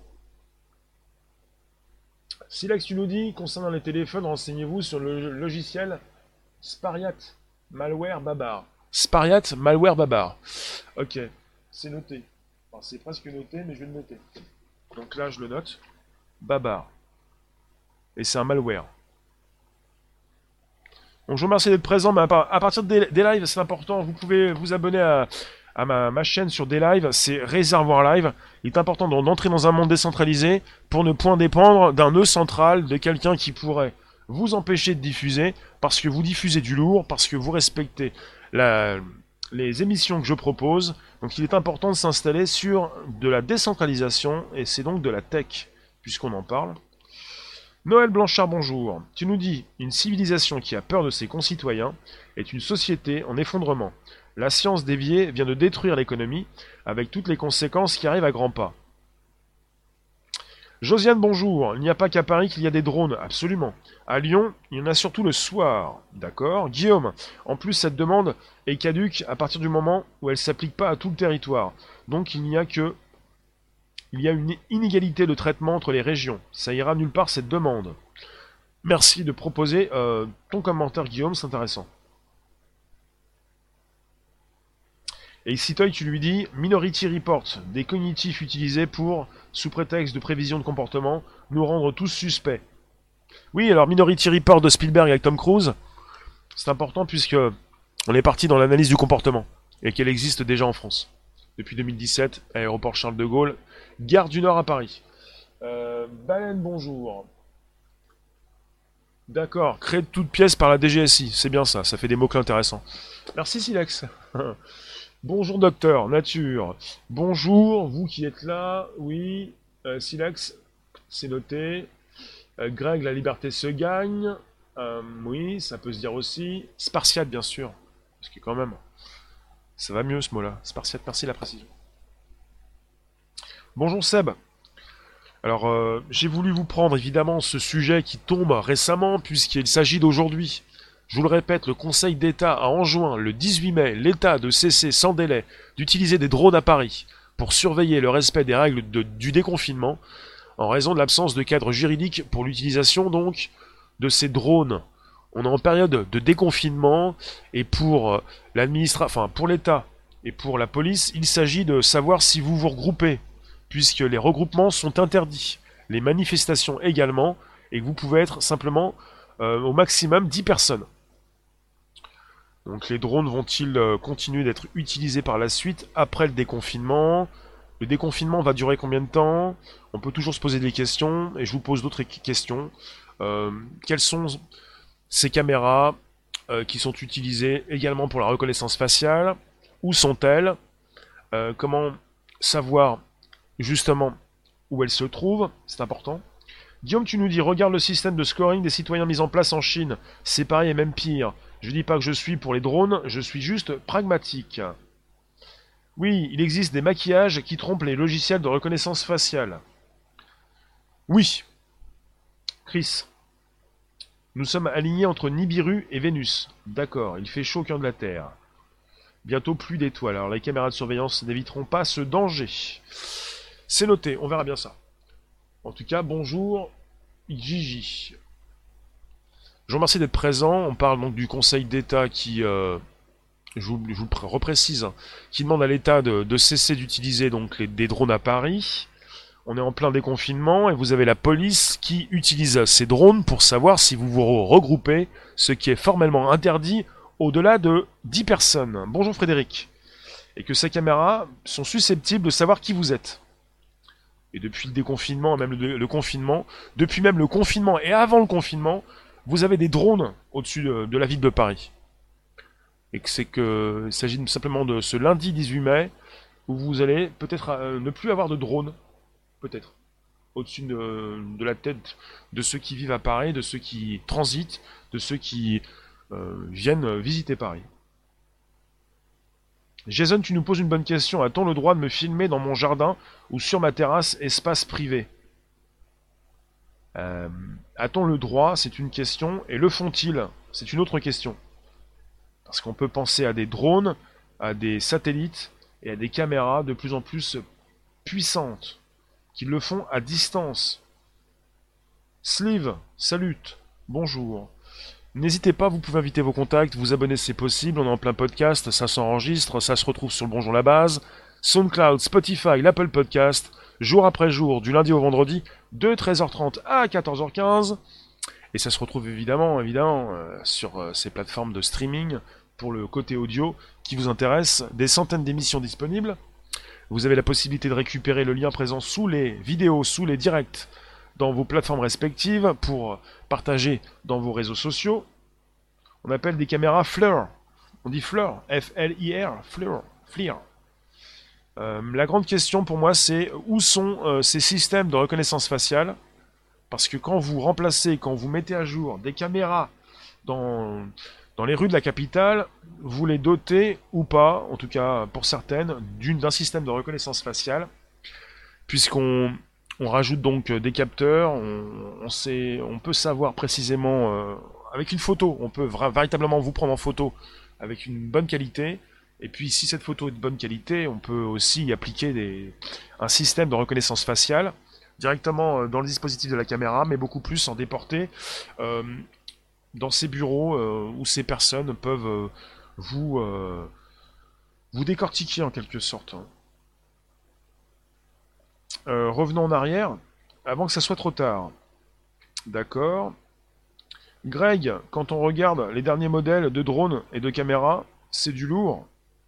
Silex, tu nous dis, concernant les téléphones, renseignez-vous sur le logiciel Spariat. Malware Babar. Spariat, malware Babar. Ok, c'est noté. Enfin, c'est presque noté, mais je vais le noter. Donc là, je le note. Babar. Et c'est un malware. Donc je vous remercie d'être présent, mais à, part, à partir des, des lives, c'est important. Vous pouvez vous abonner à, à ma, ma chaîne sur des lives. C'est Réservoir Live. Il est important d'entrer dans un monde décentralisé pour ne point dépendre d'un nœud central, de quelqu'un qui pourrait vous empêcher de diffuser, parce que vous diffusez du lourd, parce que vous respectez la, les émissions que je propose. Donc il est important de s'installer sur de la décentralisation, et c'est donc de la tech, puisqu'on en parle. Noël Blanchard, bonjour. Tu nous dis, une civilisation qui a peur de ses concitoyens est une société en effondrement. La science déviée vient de détruire l'économie, avec toutes les conséquences qui arrivent à grands pas. Josiane, bonjour. Il n'y a pas qu'à Paris qu'il y a des drones, absolument. À Lyon, il y en a surtout le soir. D'accord. Guillaume, en plus cette demande est caduque à partir du moment où elle ne s'applique pas à tout le territoire. Donc il n'y a que... Il y a une inégalité de traitement entre les régions. Ça ira nulle part cette demande. Merci de proposer euh, ton commentaire, Guillaume, c'est intéressant. Et Citoy, tu lui dis Minority Report, des cognitifs utilisés pour, sous prétexte de prévision de comportement, nous rendre tous suspects. Oui, alors Minority Report de Spielberg avec Tom Cruise, c'est important puisque on est parti dans l'analyse du comportement et qu'elle existe déjà en France. Depuis deux mille dix-sept, aéroport Charles de Gaulle, gare du Nord à Paris. Euh, Baleine, bonjour. D'accord, créé de toutes pièces par la D G S I, c'est bien ça, ça fait des mots-clés intéressants. Merci Silex. Bonjour docteur, nature. Bonjour, vous qui êtes là, oui. Euh, Silex, c'est noté. Euh, Greg, la liberté se gagne. Euh, oui, ça peut se dire aussi. Spartiate, bien sûr. Parce que quand même, ça va mieux ce mot-là. Spartiate, merci la précision. Bonjour Seb. Alors, euh, j'ai voulu vous prendre évidemment ce sujet qui tombe récemment, puisqu'il s'agit d'aujourd'hui. Je vous le répète, le Conseil d'État a enjoint le dix-huit mai l'État de cesser sans délai d'utiliser des drones à Paris pour surveiller le respect des règles de, du déconfinement, en raison de l'absence de cadre juridique pour l'utilisation donc de ces drones. On est en période de déconfinement et pour l'administration, enfin pour l'État et pour la police, il s'agit de savoir si vous vous regroupez, puisque les regroupements sont interdits, les manifestations également, et que vous pouvez être simplement euh, au maximum dix personnes. Donc les drones vont-ils euh, continuer d'être utilisés par la suite après le déconfinement? Le déconfinement va durer combien de temps? On peut toujours se poser des questions, et je vous pose d'autres questions. Euh, quelles sont ces caméras euh, qui sont utilisées également pour la reconnaissance faciale? Où sont-elles? euh, Comment savoir justement où elles se trouvent? C'est important. Guillaume, tu nous dis, regarde le système de scoring des citoyens mis en place en Chine. C'est pareil et même pire. Je dis pas que je suis pour les drones, je suis juste pragmatique. Oui, il existe des maquillages qui trompent les logiciels de reconnaissance faciale. Oui. Chris. Nous sommes alignés entre Nibiru et Vénus. D'accord, il fait chaud au cœur de la Terre. Bientôt plus d'étoiles, alors les caméras de surveillance n'éviteront pas ce danger. C'est noté, on verra bien ça. En tout cas, bonjour, Gigi. Je vous remercie d'être présent. On parle donc du Conseil d'État qui, euh, je vous, je vous le reprécise, hein, qui demande à l'État de, de cesser d'utiliser donc les, des drones à Paris. On est en plein déconfinement et vous avez la police qui utilise ces drones pour savoir si vous vous regroupez, ce qui est formellement interdit au-delà de dix personnes. Bonjour Frédéric. et que ces caméras sont susceptibles de savoir qui vous êtes. Et depuis le déconfinement, même le, le confinement, depuis même le confinement et avant le confinement, vous avez des drones au-dessus de, de la ville de Paris. Et que c'est que il s'agit simplement de ce lundi dix-huit mai où vous allez peut-être euh, ne plus avoir de drone, peut-être, au-dessus de, de la tête de ceux qui vivent à Paris, de ceux qui transitent, de ceux qui euh, viennent visiter Paris. Jason, tu nous poses une bonne question. A-t-on le droit de me filmer dans mon jardin ou sur ma terrasse, espace privé? euh, A-t-on le droit? C'est une question. Et le font-ils? C'est une autre question. Parce qu'on peut penser à des drones, à des satellites et à des caméras de plus en plus puissantes qui le font à distance. Sleeve, salut, bonjour. N'hésitez pas, vous pouvez inviter vos contacts, vous abonner si c'est possible, on est en plein podcast, ça s'enregistre, ça se retrouve sur le Bonjour la Base, SoundCloud, Spotify, l'Apple Podcast, jour après jour, du lundi au vendredi, de treize heures trente à quatorze heures quinze, et ça se retrouve évidemment, évidemment, euh, sur euh, ces plateformes de streaming, pour le côté audio qui vous intéresse, des centaines d'émissions disponibles. Vous avez la possibilité de récupérer le lien présent sous les vidéos, sous les directs, dans vos plateformes respectives pour partager dans vos réseaux sociaux. On appelle des caméras FLIR. On dit FLIR, F L I R, FLIR. FLIR. Euh, la grande question pour moi, c'est où sont euh, ces systèmes de reconnaissance faciale? Parce que quand vous remplacez, quand vous mettez à jour des caméras dans, dans les rues de la capitale, vous les dotez ou pas, en tout cas pour certaines, d'une, d'un système de reconnaissance faciale, puisqu'on on rajoute donc des capteurs, on, on, sait, on peut savoir précisément, euh, avec une photo, on peut vra- véritablement vous prendre en photo avec une bonne qualité, et puis si cette photo est de bonne qualité, on peut aussi y appliquer des, un système de reconnaissance faciale, directement dans le dispositif de la caméra, mais beaucoup plus en déporté, euh, dans ces bureaux euh, où ces personnes peuvent euh, vous, euh, vous décortiquer en quelque sorte. Euh, revenons en arrière, avant que ça soit trop tard. D'accord. Greg, quand on regarde les derniers modèles de drones et de caméras, c'est du lourd.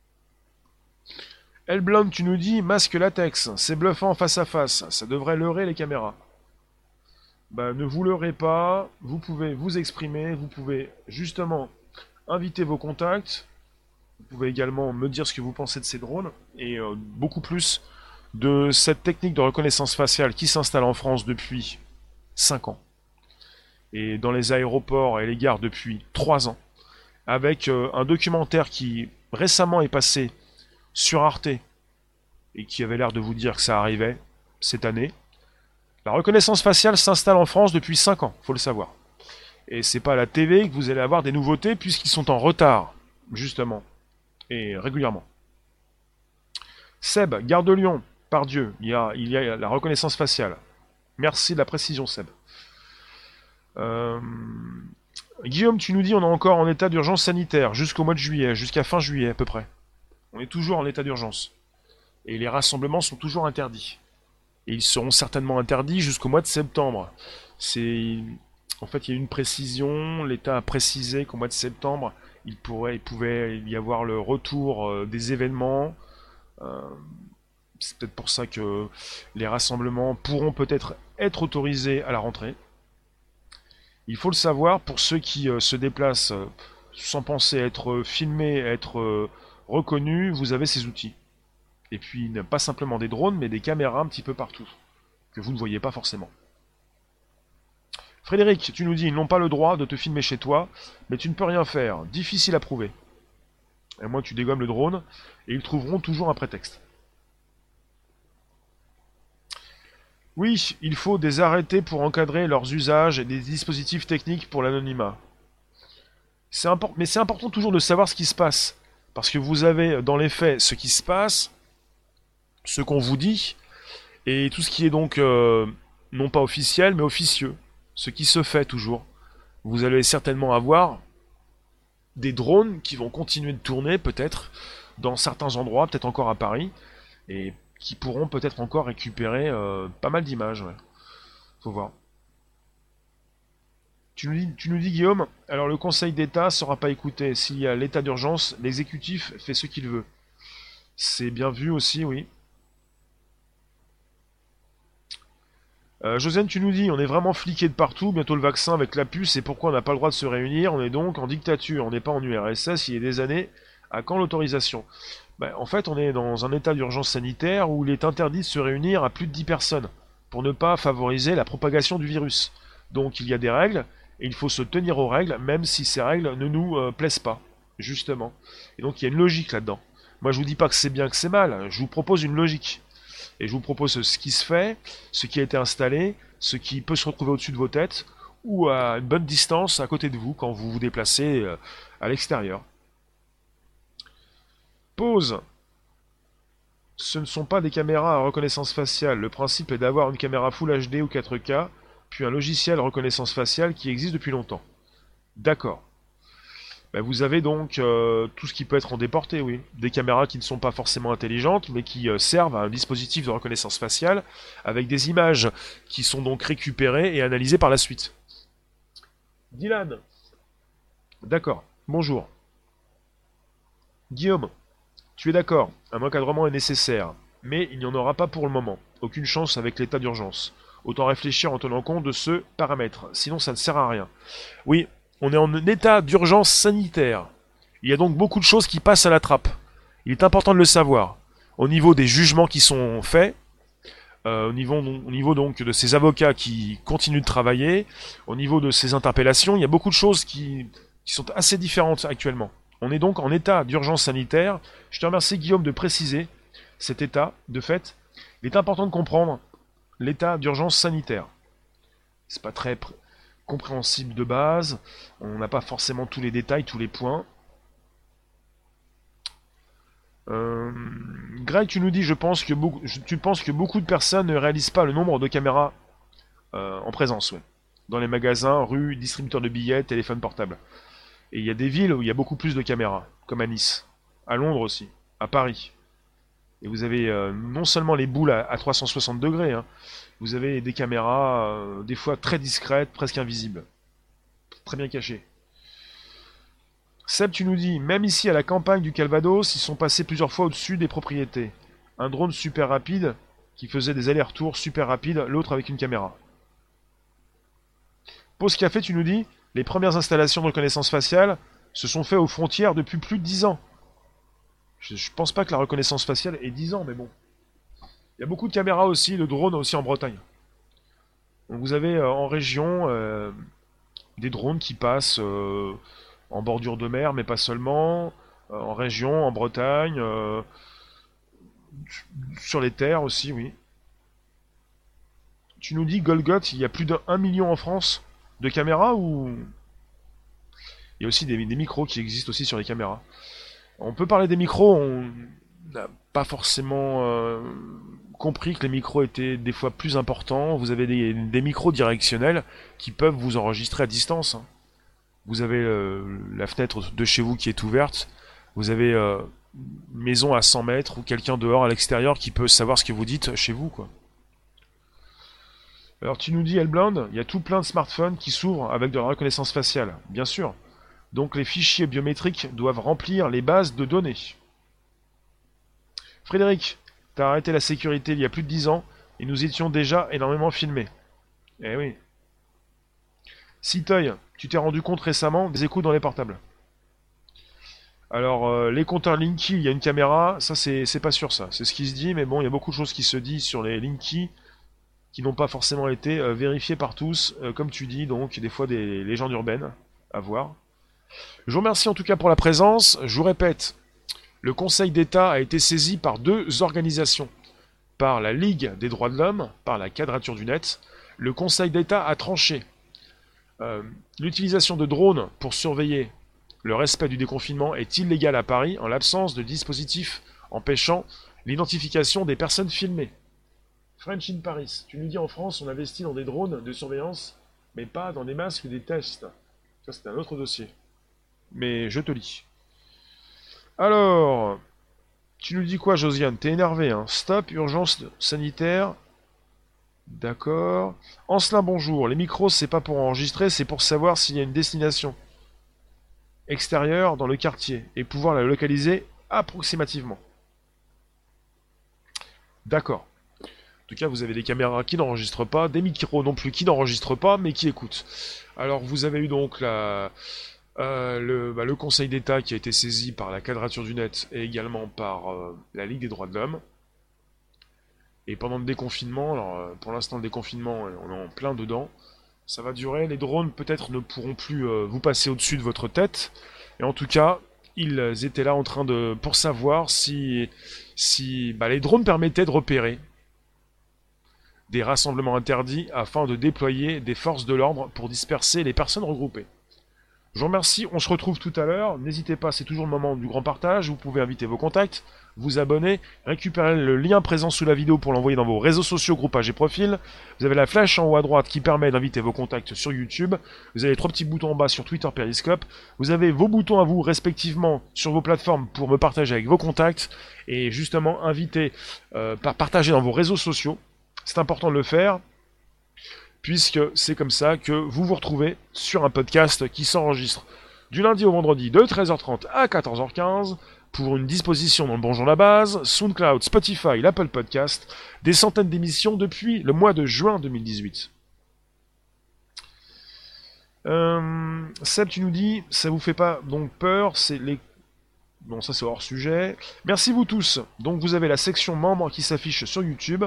Elblond, tu nous dis masque latex, c'est bluffant face à face, ça devrait leurrer les caméras. Ben, ne vous leurrez pas, vous pouvez vous exprimer, vous pouvez justement inviter vos contacts, vous pouvez également me dire ce que vous pensez de ces drones, et euh, beaucoup plus de cette technique de reconnaissance faciale qui s'installe en France depuis cinq ans, et dans les aéroports et les gares depuis trois ans, avec euh, un documentaire qui récemment est passé sur Arte, et qui avait l'air de vous dire que ça arrivait cette année. La reconnaissance faciale s'installe en France depuis cinq ans, faut le savoir. Et c'est pas à la T V que vous allez avoir des nouveautés, puisqu'ils sont en retard, justement, et régulièrement. Seb, Gare de Lyon, par Dieu, il y a, il y a la reconnaissance faciale. Merci de la précision, Seb. Euh... Guillaume, tu nous dis on est encore en état d'urgence sanitaire jusqu'au mois de juillet, jusqu'à fin juillet à peu près. On est toujours en état d'urgence. Et les rassemblements sont toujours interdits. Et ils seront certainement interdits jusqu'au mois de septembre. C'est... En fait, il y a une précision, l'État a précisé qu'au mois de septembre, il, pourrait, il pouvait y avoir le retour euh, des événements. Euh, c'est peut-être pour ça que les rassemblements pourront peut-être être autorisés à la rentrée. Il faut le savoir, pour ceux qui euh, se déplacent euh, sans penser être filmés, être euh, reconnus, vous avez ces outils. Et puis, pas simplement des drones, mais des caméras un petit peu partout, que vous ne voyez pas forcément. Frédéric, tu nous dis, ils n'ont pas le droit de te filmer chez toi, mais tu ne peux rien faire, difficile à prouver. Et moi, tu dégommes le drone, et ils trouveront toujours un prétexte. Oui, il faut des arrêtés pour encadrer leurs usages et des dispositifs techniques pour l'anonymat. C'est impor- mais c'est important toujours de savoir ce qui se passe, parce que vous avez dans les faits ce qui se passe, ce qu'on vous dit, et tout ce qui est donc euh, non pas officiel, mais officieux, ce qui se fait toujours. Vous allez certainement avoir des drones qui vont continuer de tourner, peut-être, dans certains endroits, peut-être encore à Paris, et qui pourront peut-être encore récupérer euh, pas mal d'images. Ouais. Faut voir. Tu nous, dis, tu nous dis, Guillaume, alors le Conseil d'État ne sera pas écouté. S'il y a l'état d'urgence, l'exécutif fait ce qu'il veut. C'est bien vu aussi, oui. Euh, Josiane, tu nous dis, on est vraiment fliqué de partout, bientôt le vaccin avec la puce, et pourquoi on n'a pas le droit de se réunir? On est donc en dictature, on n'est pas en U R S S, il y a des années. À quand l'autorisation? Ben, en fait, on est dans un état d'urgence sanitaire où il est interdit de se réunir à plus de dix personnes, pour ne pas favoriser la propagation du virus. Donc il y a des règles, et il faut se tenir aux règles, même si ces règles ne nous euh, plaisent pas, justement. Et donc il y a une logique là-dedans. Moi je vous dis pas que c'est bien, que c'est mal, je vous propose une logique. Et je vous propose ce qui se fait, ce qui a été installé, ce qui peut se retrouver au-dessus de vos têtes, ou à une bonne distance à côté de vous quand vous vous déplacez euh, à l'extérieur. Pause. Ce ne sont pas des caméras à reconnaissance faciale. Le principe est d'avoir une caméra Full H D ou quatre K, puis un logiciel reconnaissance faciale qui existe depuis longtemps. D'accord. Ben, vous avez donc euh, tout ce qui peut être en déporté, oui. Des caméras qui ne sont pas forcément intelligentes, mais qui euh, servent à un dispositif de reconnaissance faciale, avec des images qui sont donc récupérées et analysées par la suite. Dylan. D'accord. Bonjour. Guillaume. Tu es d'accord, un encadrement est nécessaire, mais il n'y en aura pas pour le moment. Aucune chance avec l'état d'urgence. Autant réfléchir en tenant compte de ce paramètre, sinon ça ne sert à rien. Oui, on est en état d'urgence sanitaire. Il y a donc beaucoup de choses qui passent à la trappe. Il est important de le savoir. Au niveau des jugements qui sont faits, euh, au, niveau, au niveau donc de ces avocats qui continuent de travailler, au niveau de ces interpellations, il y a beaucoup de choses qui, qui sont assez différentes actuellement. On est donc en état d'urgence sanitaire. Je te remercie Guillaume de préciser cet état. De fait, il est important de comprendre l'état d'urgence sanitaire. C'est pas très compréhensible de base. On n'a pas forcément tous les détails, tous les points. Euh, Greg, tu nous dis, je pense que beaucoup, tu penses que beaucoup de personnes ne réalisent pas le nombre de caméras euh, en présence, ouais. Dans les magasins, rues, distributeurs de billets, téléphones portables. Et il y a des villes où il y a beaucoup plus de caméras, comme à Nice, à Londres aussi, à Paris. Et vous avez euh, non seulement les boules à, à trois cent soixante degrés, hein, vous avez des caméras euh, des fois très discrètes, presque invisibles, très bien cachées. Seb, tu nous dis, même ici à la campagne du Calvados, ils sont passés plusieurs fois au-dessus des propriétés. Un drone super rapide qui faisait des allers-retours super rapides, l'autre avec une caméra. Pause Café, tu nous dis, les premières installations de reconnaissance faciale se sont faites aux frontières depuis plus de dix ans. Je, je pense pas que la reconnaissance faciale ait dix ans, mais bon. Il y a beaucoup de caméras aussi, de drones aussi en Bretagne. Donc vous avez euh, en région euh, des drones qui passent euh, en bordure de mer, mais pas seulement, euh, en région, en Bretagne, euh, sur les terres aussi, oui. Tu nous dis, Golgoth, il y a plus d'un million en France de caméras ou... Il y a aussi des, des micros qui existent aussi sur les caméras. On peut parler des micros, on n'a pas forcément euh, compris que les micros étaient des fois plus importants. Vous avez des, des micros directionnels qui peuvent vous enregistrer à distance. Vous avez euh, la fenêtre de chez vous qui est ouverte. Vous avez euh, une maison à cent mètres ou quelqu'un dehors à l'extérieur qui peut savoir ce que vous dites chez vous, quoi. Alors tu nous dis, Hellblinde, il y a tout plein de smartphones qui s'ouvrent avec de la reconnaissance faciale. Bien sûr. Donc les fichiers biométriques doivent remplir les bases de données. Frédéric, t'as arrêté la sécurité il y a plus de dix ans et nous étions déjà énormément filmés. Eh oui. Citoy, tu t'es rendu compte récemment des écoutes dans les portables. Alors, euh, les compteurs Linky, il y a une caméra, ça c'est pas sûr ça. C'est ce qui se dit, mais bon, il y a beaucoup de choses qui se disent sur les Linky qui n'ont pas forcément été euh, vérifiées par tous, euh, comme tu dis, donc des fois des légendes urbaines à voir. Je vous remercie en tout cas pour la présence. Je vous répète, le Conseil d'État a été saisi par deux organisations. Par la Ligue des droits de l'homme, par la Quadrature du Net. Le Conseil d'État a tranché. Euh, L'utilisation de drones pour surveiller le respect du déconfinement est illégale à Paris en l'absence de dispositifs empêchant l'identification des personnes filmées. French in Paris, tu nous dis en France on investit dans des drones de surveillance, mais pas dans des masques ou des tests. Ça c'est un autre dossier. Mais je te lis. Alors, tu nous dis quoi, Josiane? T'es énervé, hein? Stop, urgence sanitaire. D'accord. Ancelin, bonjour. Les micros, c'est pas pour enregistrer, c'est pour savoir s'il y a une destination extérieure dans le quartier et pouvoir la localiser approximativement. D'accord. En tout cas, vous avez des caméras qui n'enregistrent pas, des micros non plus qui n'enregistrent pas, mais qui écoutent. Alors, vous avez eu donc la, euh, le, bah, le Conseil d'État qui a été saisi par la Quadrature du Net et également par euh, la Ligue des droits de l'homme. Et pendant le déconfinement, alors euh, pour l'instant le déconfinement, on est en plein dedans, ça va durer, les drones peut-être ne pourront plus euh, vous passer au-dessus de votre tête, et en tout cas, ils étaient là en train de, pour savoir si, si bah, les drones permettaient de repérer des rassemblements interdits afin de déployer des forces de l'ordre pour disperser les personnes regroupées. Je vous remercie, on se retrouve tout à l'heure. N'hésitez pas, c'est toujours le moment du grand partage. Vous pouvez inviter vos contacts, vous abonner, récupérer le lien présent sous la vidéo pour l'envoyer dans vos réseaux sociaux, groupages et profils. Vous avez la flèche en haut à droite qui permet d'inviter vos contacts sur YouTube. Vous avez les trois petits boutons en bas sur Twitter, Periscope. Vous avez vos boutons à vous respectivement sur vos plateformes pour me partager avec vos contacts et justement inviter, euh, par partager dans vos réseaux sociaux. C'est important de le faire, puisque c'est comme ça que vous vous retrouvez sur un podcast qui s'enregistre du lundi au vendredi de treize heures trente à quatorze heures quinze pour une disposition dans le Bonjour la Base, SoundCloud, Spotify, l'Apple Podcast, des centaines d'émissions depuis le mois de juin deux mille dix-huit. Euh, Seb, tu nous dis, ça vous fait pas donc peur, c'est les... Bon, ça c'est hors sujet. Merci vous tous. Donc vous avez la section membres qui s'affiche sur YouTube.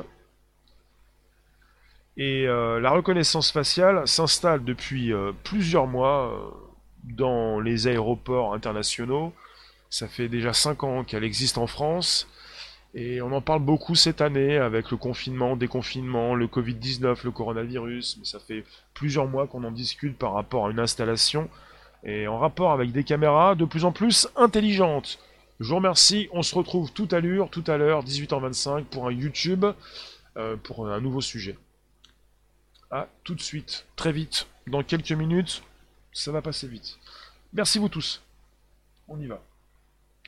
Et euh, la reconnaissance faciale s'installe depuis euh, plusieurs mois euh, dans les aéroports internationaux. Ça fait déjà cinq ans qu'elle existe en France. Et on en parle beaucoup cette année avec le confinement, déconfinement, le covid dix-neuf, le coronavirus. Mais ça fait plusieurs mois qu'on en discute par rapport à une installation et en rapport avec des caméras de plus en plus intelligentes. Je vous remercie. On se retrouve tout à l'heure, tout à l'heure, dix-huit heures vingt-cinq pour un YouTube, euh, pour un nouveau sujet. À tout de suite, très vite, dans quelques minutes, ça va passer vite. Merci vous tous. On y va.